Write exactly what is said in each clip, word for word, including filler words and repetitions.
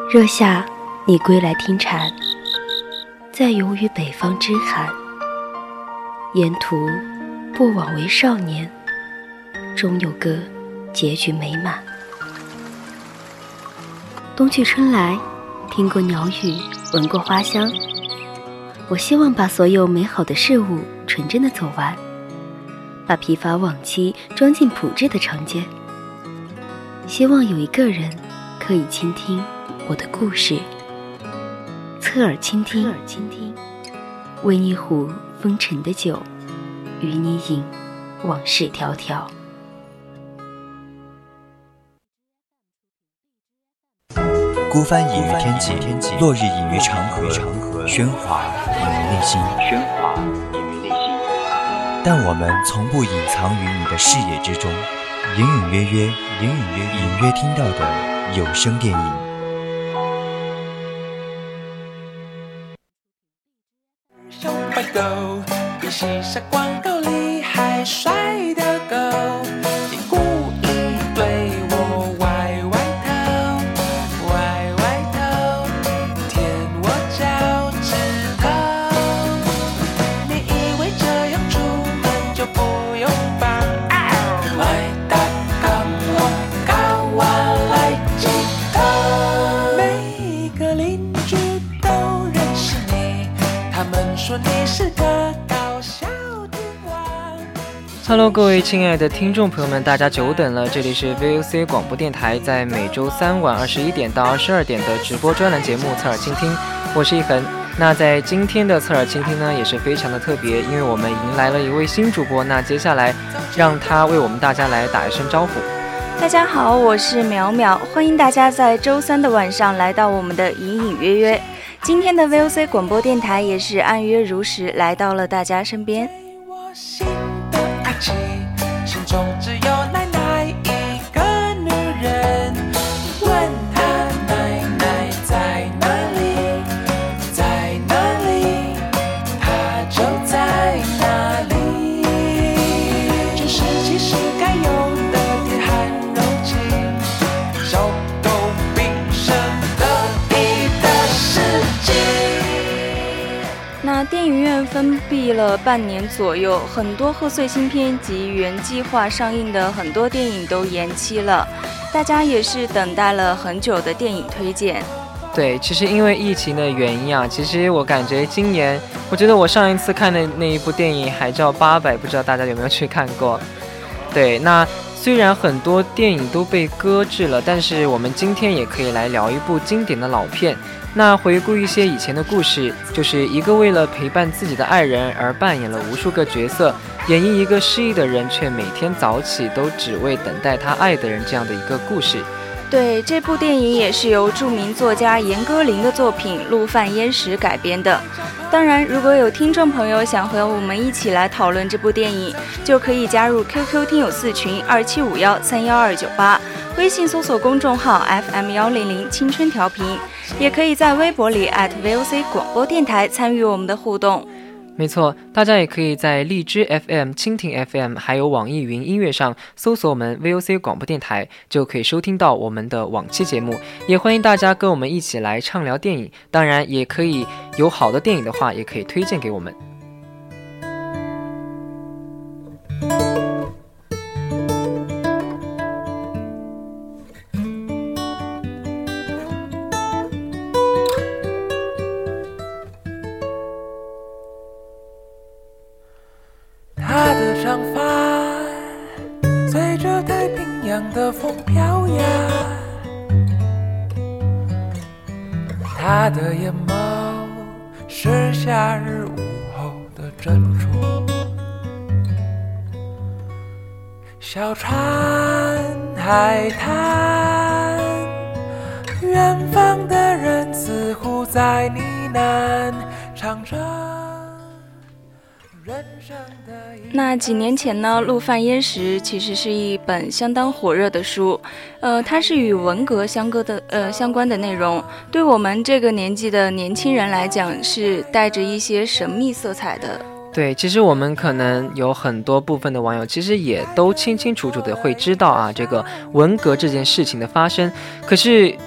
若夏，你归来听蝉，在游于北方之寒。沿途不枉为少年，终有个结局美满。冬去春来，听过鸟语，闻过花香。我希望把所有美好的事物纯真的走完，把疲乏往期装进朴质的长街。希望有一个人可以倾听我的故事，侧耳倾听，侧耳倾听，温一壶风尘的酒，与你饮往事迢迢。 孤帆隐于天际，落日隐于长河，喧哗隐于内心，喧哗隐于内心。但我们从不隐藏于你的视野之中，隐隐约约，隐隐约隐约听到的有声电影。 小白狗比西沙广告里还帅的狗，你故意对我歪歪头，歪歪头，舔我脚趾头。你以为这样出门就不用绑？来打杠我搞完来几头。每一个邻居都认识你，他们说你是个搞笑天王。 Hello， 各位亲爱的听众朋友们，大家久等了！这里是 V O C 广播电台，在每周三晚二十一点到二十二点的直播专栏节目《侧耳倾听》，我是一恒。那在今天的侧耳倾听呢，也是非常的特别，因为我们迎来了一位新主播。那接下来让他为我们大家来打一声招呼。 大家好，我是淼淼，欢迎大家在周三的晚上来到我们的隐隐约约。今天的 V O C 广播电台也是按约如实来到了大家身边。 我心的爱情，心中只有奶奶一个女人。问她奶奶在哪里，在哪里，她就在哪里。这世界是该有的甜含柔情，小狗冰生得意的世界。 那电影院封闭了半年左右，很多贺岁新片及原计划上映的很多电影都延期了，大家也是等待了很久的电影推荐。 对，其实因为疫情的原因啊，其实我感觉今年，我觉得我上一次看的那一部电影《海照八百》，不知道大家有没有去看过？对，那虽然很多电影都被搁置了，但是我们今天也可以来聊一部经典的老片。那回顾一些以前的故事，就是一个为了陪伴自己的爱人而扮演了无数个角色，演绎一个失忆的人却每天早起都只为等待他爱的人这样的一个故事。 对，这部电影也是由著名作家严歌苓的作品《陆犯焉识》改编的。当然，如果有听众朋友想和我们一起来讨论这部电影，就可以加入 Q Q 听友四群二七五幺三幺二九八，微信搜索公众号 F M 一零零青春调频，也可以在微博里 at V O C 广播电台参与我们的互动。 没错，大家也可以在荔枝 F M、蜻蜓 F M 还有网易云音乐上搜索我们 V O C 广播电台，就可以收听到我们的往期节目。也欢迎大家跟我们一起来畅聊电影，当然也可以有好的电影的话，也可以推荐给我们。 她的长发随着太平洋的风飘扬，她的眼眸是夏日午后的珍珠。小船海滩，远方的人似乎在呢喃，唱着人生的。 那几年前呢，《陆犯焉识》其实是一本相当火热的书，呃，它是与文革相关的呃相关的内容，对我们这个年纪的年轻人来讲，是带着一些神秘色彩的。 对，其实我们可能有很多部分的网友其实也都清清楚楚的会知道啊，这个文革这件事情的发生，可是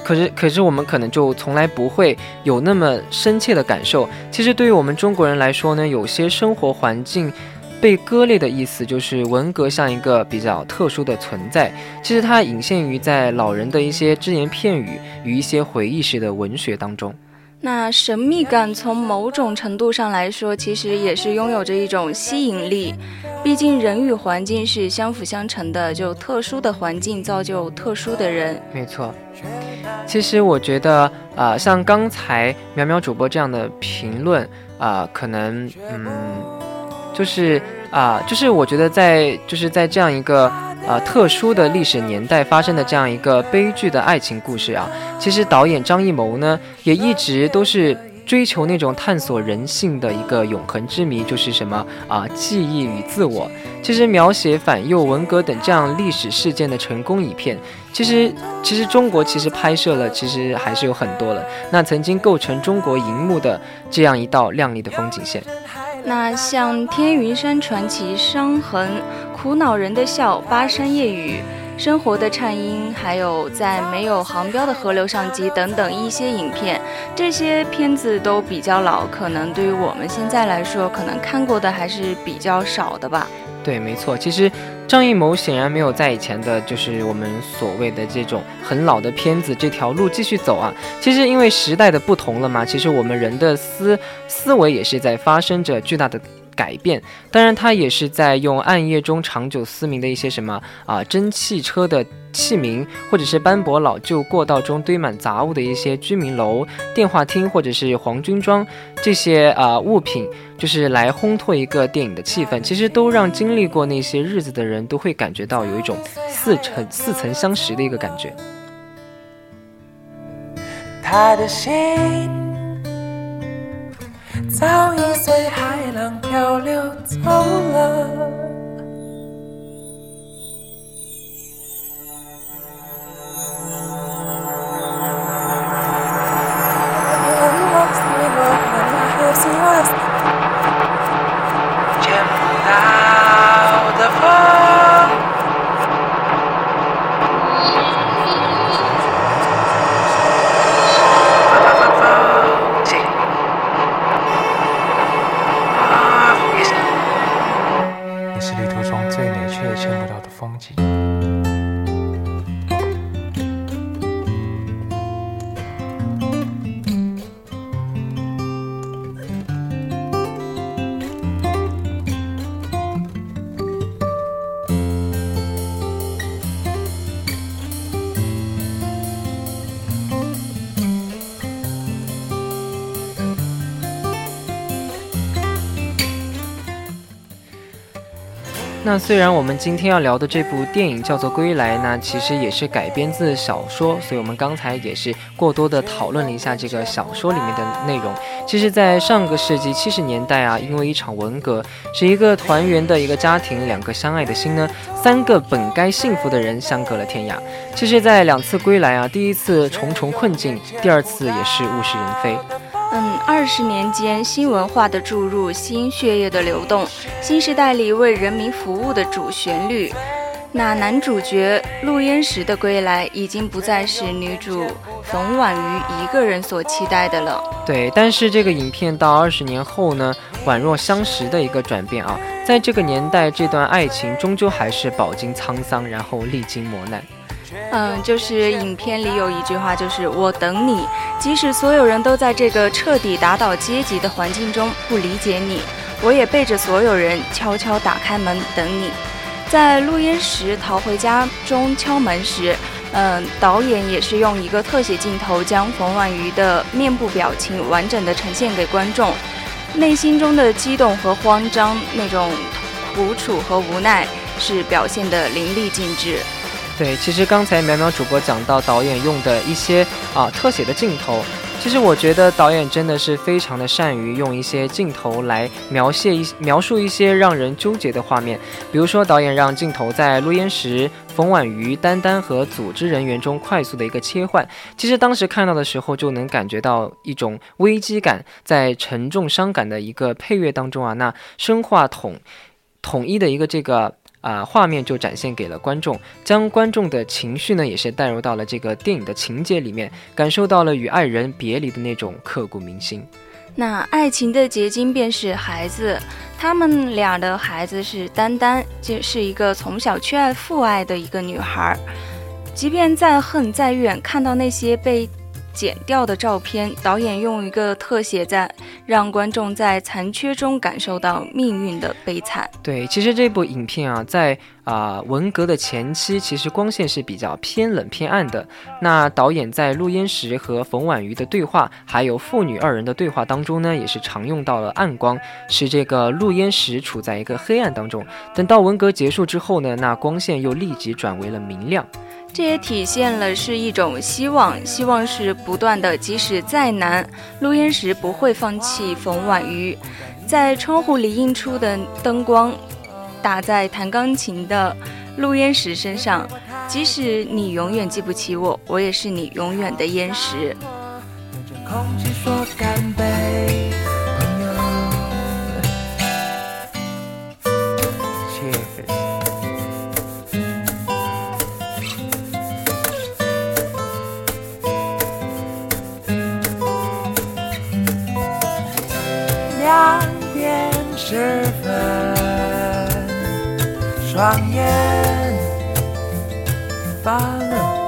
可是可是我们可能就从来不会有那么深切的感受。其实对于我们中国人来说呢，有些生活环境被割裂的意思就是文革像一个比较特殊的存在，其实它隐现于在老人的一些只言片语与一些回忆式的文学当中。 那神秘感从某种程度上来说，其实也是拥有着一种吸引力。毕竟人与环境是相辅相成的，就特殊的环境造就特殊的人。 没错，其实我觉得，呃，像刚才苗苗主播这样的评论，啊、呃，可能，嗯，就是啊、呃，就是我觉得在就是在这样一个。呃，特殊的历史年代发生的这样一个悲剧的爱情故事啊，其实导演张艺谋呢，也一直都是追求那种探索人性的一个永恒之谜，就是什么啊、呃，记忆与自我。其实描写反右、文革等这样历史事件的成功影片，其实其实中国其实拍摄了，其实还是有很多了。那曾经构成中国荧幕的这样一道亮丽的风景线。 那像《天云山传奇》、《伤痕》、苦恼人的笑、巴山夜雨、生活的颤音，还有在没有航标的河流上集等等一些影片，这些片子都比较老，可能对于我们现在来说，可能看过的还是比较少的吧。 对，没错，其实张艺谋显然没有在以前的就是我们所谓的这种很老的片子这条路继续走啊。其实因为时代的不同了嘛，其实我们人的思思维也是在发生着巨大的改变。当然他也是在用暗夜中长久嘶鸣的一些什么啊蒸汽车的器皿，或者是斑驳老旧过道中堆满杂物的一些居民楼、电话厅或者是黄军庄这些啊物品，就是来烘托一个电影的气氛，其实都让经历过那些日子的人都会感觉到有一种似曾似曾相识的一个感觉。 他的心早已随海浪漂流走了，见不到的风，风景，你是旅途中最美却也见不到的风景。 那虽然我们今天要聊的这部电影叫做《归来》，那其实也是改编自小说，所以我们刚才也是过多的讨论了一下这个小说里面的内容。其实在上个世纪七十年代啊，因为一场文革，是一个团圆的一个家庭，两个相爱的心呢，三个本该幸福的人相隔了天涯。其实在两次归来啊，第一次重重困境，第二次也是物是人非。 嗯，二十年间，新文化的注入，新血液的流动，新时代里为人民服务的主旋律。那男主角陆焉识的归来，已经不再是女主冯婉瑜一个人所期待的了。 对，但是这个影片到二十年后呢，宛若相识的一个转变啊，在这个年代，这段爱情终究还是饱经沧桑，然后历经磨难。 嗯，就是影片里有一句话，就是我等你，即使所有人都在这个彻底打倒阶级的环境中不理解你，我也背着所有人悄悄打开门等你。在陆焉识逃回家中敲门时，嗯，导演也是用一个特写镜头将冯婉瑜的面部表情完整的呈现给观众，内心中的激动和慌张，那种苦楚和无奈是表现得淋漓尽致。 对，其实刚才苗苗主播讲到导演用的一些啊特写的镜头，其实我觉得导演真的是非常的善于用一些镜头来描写一描述一些让人纠结的画面。比如说，导演让镜头在陆焉识、冯婉瑜、丹丹和组织人员中快速的一个切换。其实当时看到的时候，就能感觉到一种危机感，在沉重伤感的一个配乐当中啊，那深化统统一的一个这个。 啊、呃、画面就展现给了观众，将观众的情绪呢也是带入到了这个电影的情节里面，感受到了与爱人别离的那种刻骨铭心。 那爱情的结晶便是孩子，他们俩的孩子是丹丹，就是一个从小缺爱父爱的一个女孩。即便再恨再怨，看到那些被剪掉的照片，导演用一个特写在让观众在残缺中感受到命运的悲惨。 对，其实这部影片啊，在啊、呃、文革的前期，其实光线是比较偏冷偏暗的。那导演在陆焉识和冯婉瑜的对话，还有父女二人的对话当中呢，也是常用到了暗光，使这个陆焉识处在一个黑暗当中。等到文革结束之后呢，那光线又立即转为了明亮。 这也体现了是一种希望，希望是不断的，即使再难，陆焉识不会放弃冯婉瑜。在窗户里映出的灯光打在弹钢琴的陆焉识身上，即使你永远记不起我，我也是你永远的焉识。 对着空气说干杯，朋友。Cheers。两点十分，双眼发愣，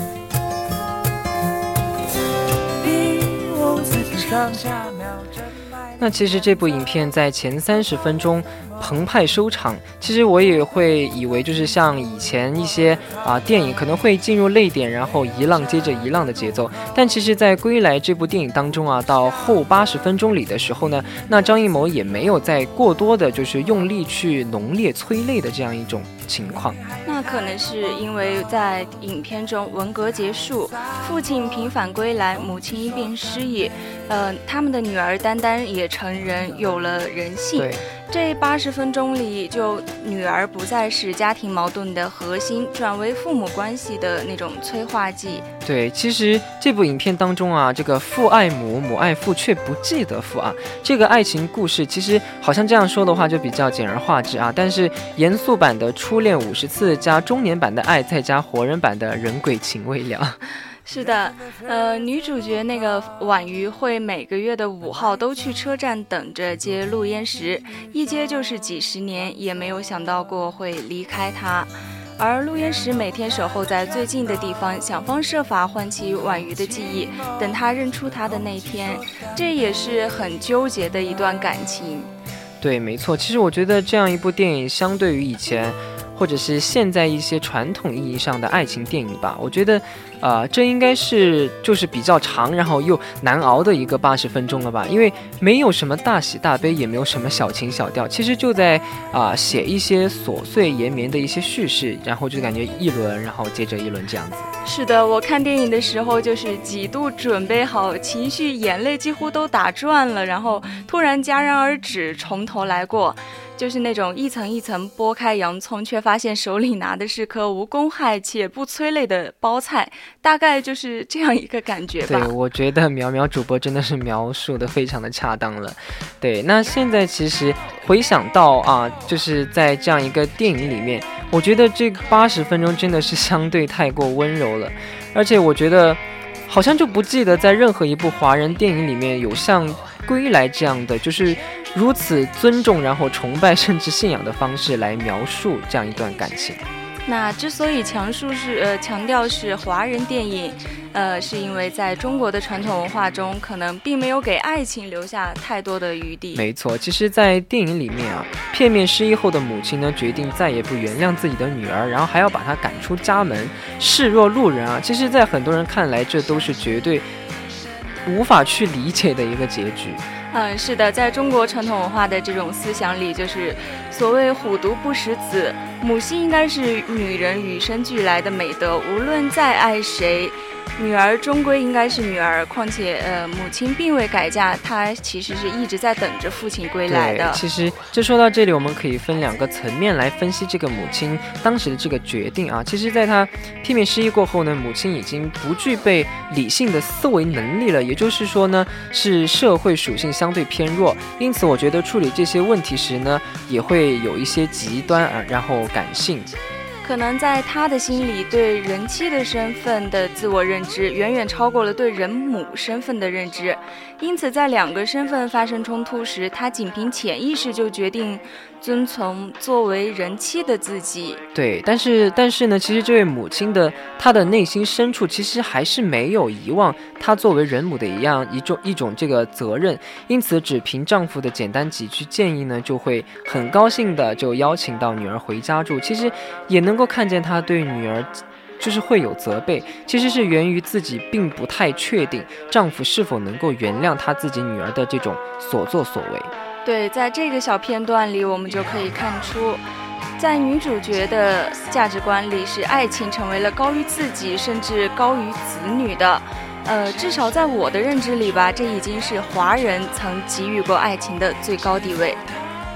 比我自己上下秒针。 那其实这部影片在前三十分钟澎湃收场，其实我也会以为就是像以前一些啊、呃、电影可能会进入泪点，然后一浪接着一浪的节奏，但其实在《归来》这部电影当中啊，到后八十分钟里的时候呢，那张艺谋也没有再过多的就是用力去浓烈催泪的这样一种情况。 那可能是因为在影片中文革结束，父亲平反归来，母亲因病失忆，呃，他们的女儿丹丹也成人，有了人性。 对， 这八十分钟里，就女儿不再是家庭矛盾的核心，转为父母关系的那种催化剂。 对，其实这部影片当中啊，这个父爱母，母爱父，却不记得父啊，这个爱情故事，其实好像这样说的话就比较简而化之啊。但是严肃版的初恋五十次加中年版的爱，再加活人版的人鬼情未了。 是的，呃，女主角那个婉瑜会每个月的五号都去车站等着接陆焉识，一接就是几十年，也没有想到过会离开她。而陆焉识每天守候在最近的地方，想方设法唤起婉瑜的记忆，等她认出她的那天，这也是很纠结的一段感情。 对，没错。其实我觉得这样一部电影，相对于以前或者是现在一些传统意义上的爱情电影吧，我觉得呃，这应该是就是比较长然后又难熬的一个八十分钟了吧，因为没有什么大喜大悲，也没有什么小情小调，其实就在啊、呃、写一些琐碎延绵的一些叙事，然后就感觉一轮然后接着一轮这样子。 是的，我看电影的时候就是几度准备好情绪，眼泪几乎都打转了，然后突然戛然而止，从头来过，就是那种一层一层剥开洋葱，却发现手里拿的是颗无公害且不催泪的包菜，大概就是这样一个感觉吧。 对，我觉得苗苗主播真的是描述的非常的恰当了。对，那现在其实回想到啊，就是在这样一个电影里面，我觉得这八十分钟真的是相对太过温柔了，而且我觉得好像就不记得在任何一部华人电影里面有像《归来》这样的就是如此尊重然后崇拜甚至信仰的方式来描述这样一段感情。 那之所以强述是呃强调是华人电影，呃，是因为在中国的传统文化中，可能并没有给爱情留下太多的余地。 没错，其实，在电影里面啊，片面失忆后的母亲呢，决定再也不原谅自己的女儿，然后还要把她赶出家门，视若路人啊。其实，在很多人看来，这都是绝对无法去理解的一个结局。 嗯，是的，在中国传统文化的这种思想里，就是所谓虎毒不食子，母性应该是女人与生俱来的美德，无论再爱谁， 女儿终归应该是女儿，况且呃，母亲并未改嫁，她其实是一直在等着父亲归来的。 其实就说到这里，我们可以分两个层面来分析这个母亲当时的这个决定啊。其实在她片面失忆过后呢，母亲已经不具备理性的思维能力了，也就是说呢，是社会属性相对偏弱，因此我觉得处理这些问题时呢，也会有一些极端啊，然后感性。 可能在他的心里，对人妻的身份的自我认知远远超过了对人母身份的认知，因此在两个身份发生冲突时，他仅凭潜意识就决定遵从作为人妻的自己。 对，但是但是呢，其实这位母亲的她的内心深处，其实还是没有遗忘她作为人母的一样一种一种这个责任，因此只凭丈夫的简单几句建议呢，就会很高兴的就邀请到女儿回家住。其实也能够看见她对女儿就是会有责备，其实是源于自己并不太确定丈夫是否能够原谅她自己女儿的这种所作所为。 对，在这个小片段里，我们就可以看出，在女主角的价值观里，是爱情成为了高于自己，甚至高于子女的。呃，至少在我的认知里吧，这已经是华人曾给予过爱情的最高地位。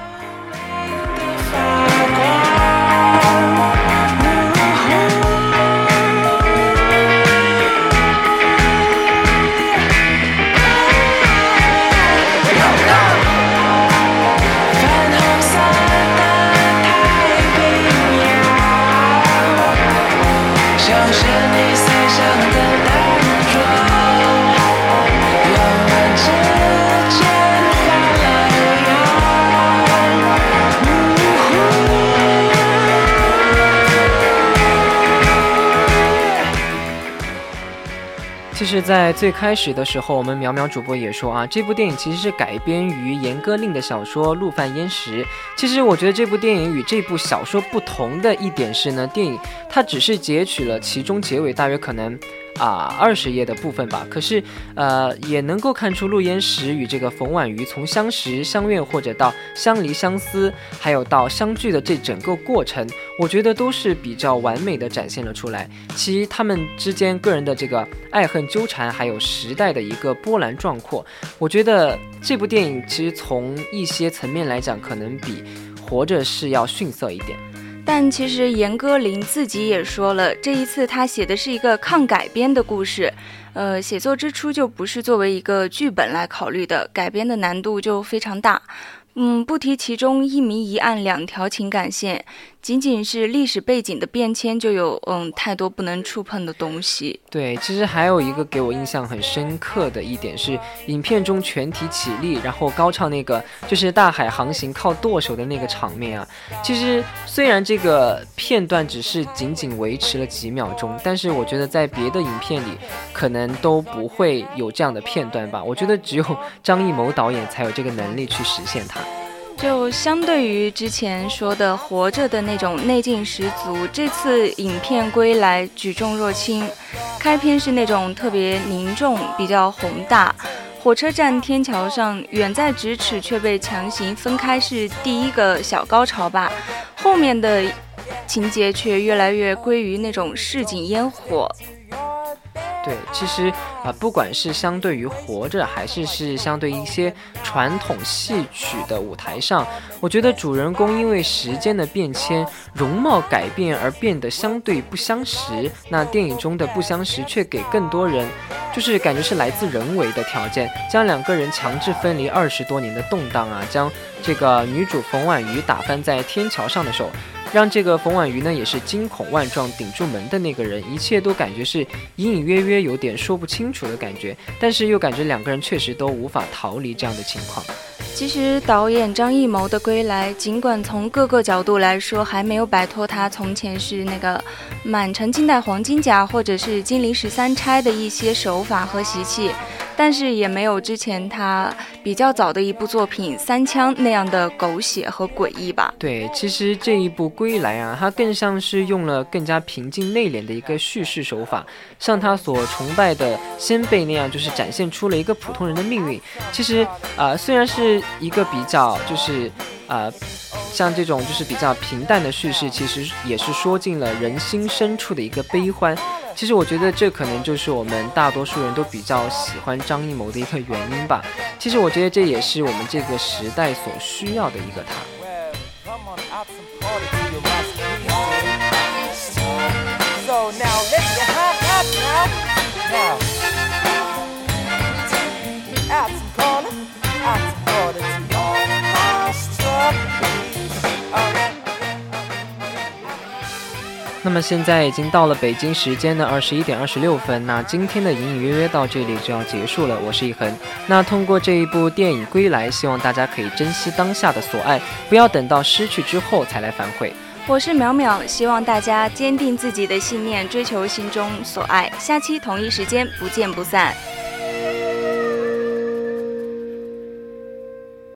其实在最开始的时候，我们苗苗主播也说啊，这部电影其实是改编于严歌苓的小说《陆犯焉识》。其实我觉得这部电影与这部小说不同的一点是呢，电影它只是截取了其中结尾大约可能啊二十页的部分吧，可是呃也能够看出陆焉识与这个冯婉瑜从相识相怨或者到相离相思还有到相聚的这整个过程，我觉得都是比较完美的展现了出来，其他们之间个人的这个爱恨纠缠还有时代的一个波澜壮阔，我觉得这部电影其实从一些层面来讲可能比活着是要逊色一点。 但其实严歌苓自己也说了，这一次他写的是一个抗改编的故事，呃，写作之初就不是作为一个剧本来考虑的，改编的难度就非常大。嗯，不提其中一明一暗两条情感线，仅仅是历史背景的变迁就有嗯太多不能触碰的东西。 对，其实还有一个给我印象很深刻的一点是，影片中全体起立，然后高唱那个就是大海航行靠舵手的那个场面啊。其实虽然这个片段只是仅仅维持了几秒钟，但是我觉得在别的影片里可能都不会有这样的片段吧。我觉得只有张艺谋导演才有这个能力去实现它。 就相对于之前说的活着的那种内劲十足，这次影片归来举重若轻，开篇是那种特别凝重比较宏大，火车站天桥上远在咫尺却被强行分开是第一个小高潮吧，后面的情节却越来越归于那种市井烟火。 对，其实啊、呃，不管是相对于活着，还是是相对一些传统戏曲的舞台上，我觉得主人公因为时间的变迁、容貌改变而变得相对不相识。那电影中的不相识，却给更多人就是感觉是来自人为的条件，将两个人强制分离二十多年的动荡啊，将这个女主冯婉瑜打翻在天桥上的时候，让这个冯婉瑜呢也是惊恐万状顶住门的那个人，一切都感觉是隐隐约约有点说不清楚的感觉，但是又感觉两个人确实都无法逃离这样的情况。 其实导演张艺谋的归来，尽管从各个角度来说还没有摆脱他从前是那个满城尽带黄金甲或者是金陵十三钗的一些手法和习气，但是也没有之前他比较早的一部作品《三枪》那样的狗血和诡异吧。 对，其实这一部归来啊，它更像是用了更加平静内敛的一个叙事手法，像他所崇拜的先辈那样，就是展现出了一个普通人的命运。其实啊、呃，虽然是一个比较就是呃像这种就是比较平淡的叙事，其实也是说尽了人心深处的一个悲欢。 其实我觉得这可能就是我们大多数人都比较喜欢张艺谋的一个原因吧。其实我觉得这也是我们这个时代所需要的一个他。那么现在已经到了北京时间的二十一点二十六分，那今天的隐隐约约到这里就要结束了。我是一恒，那通过这一部电影归来，希望大家可以珍惜当下的所爱，不要等到失去之后才来反悔。 我是淼淼，希望大家坚定自己的信念，追求心中所爱。下期同一时间不见不散。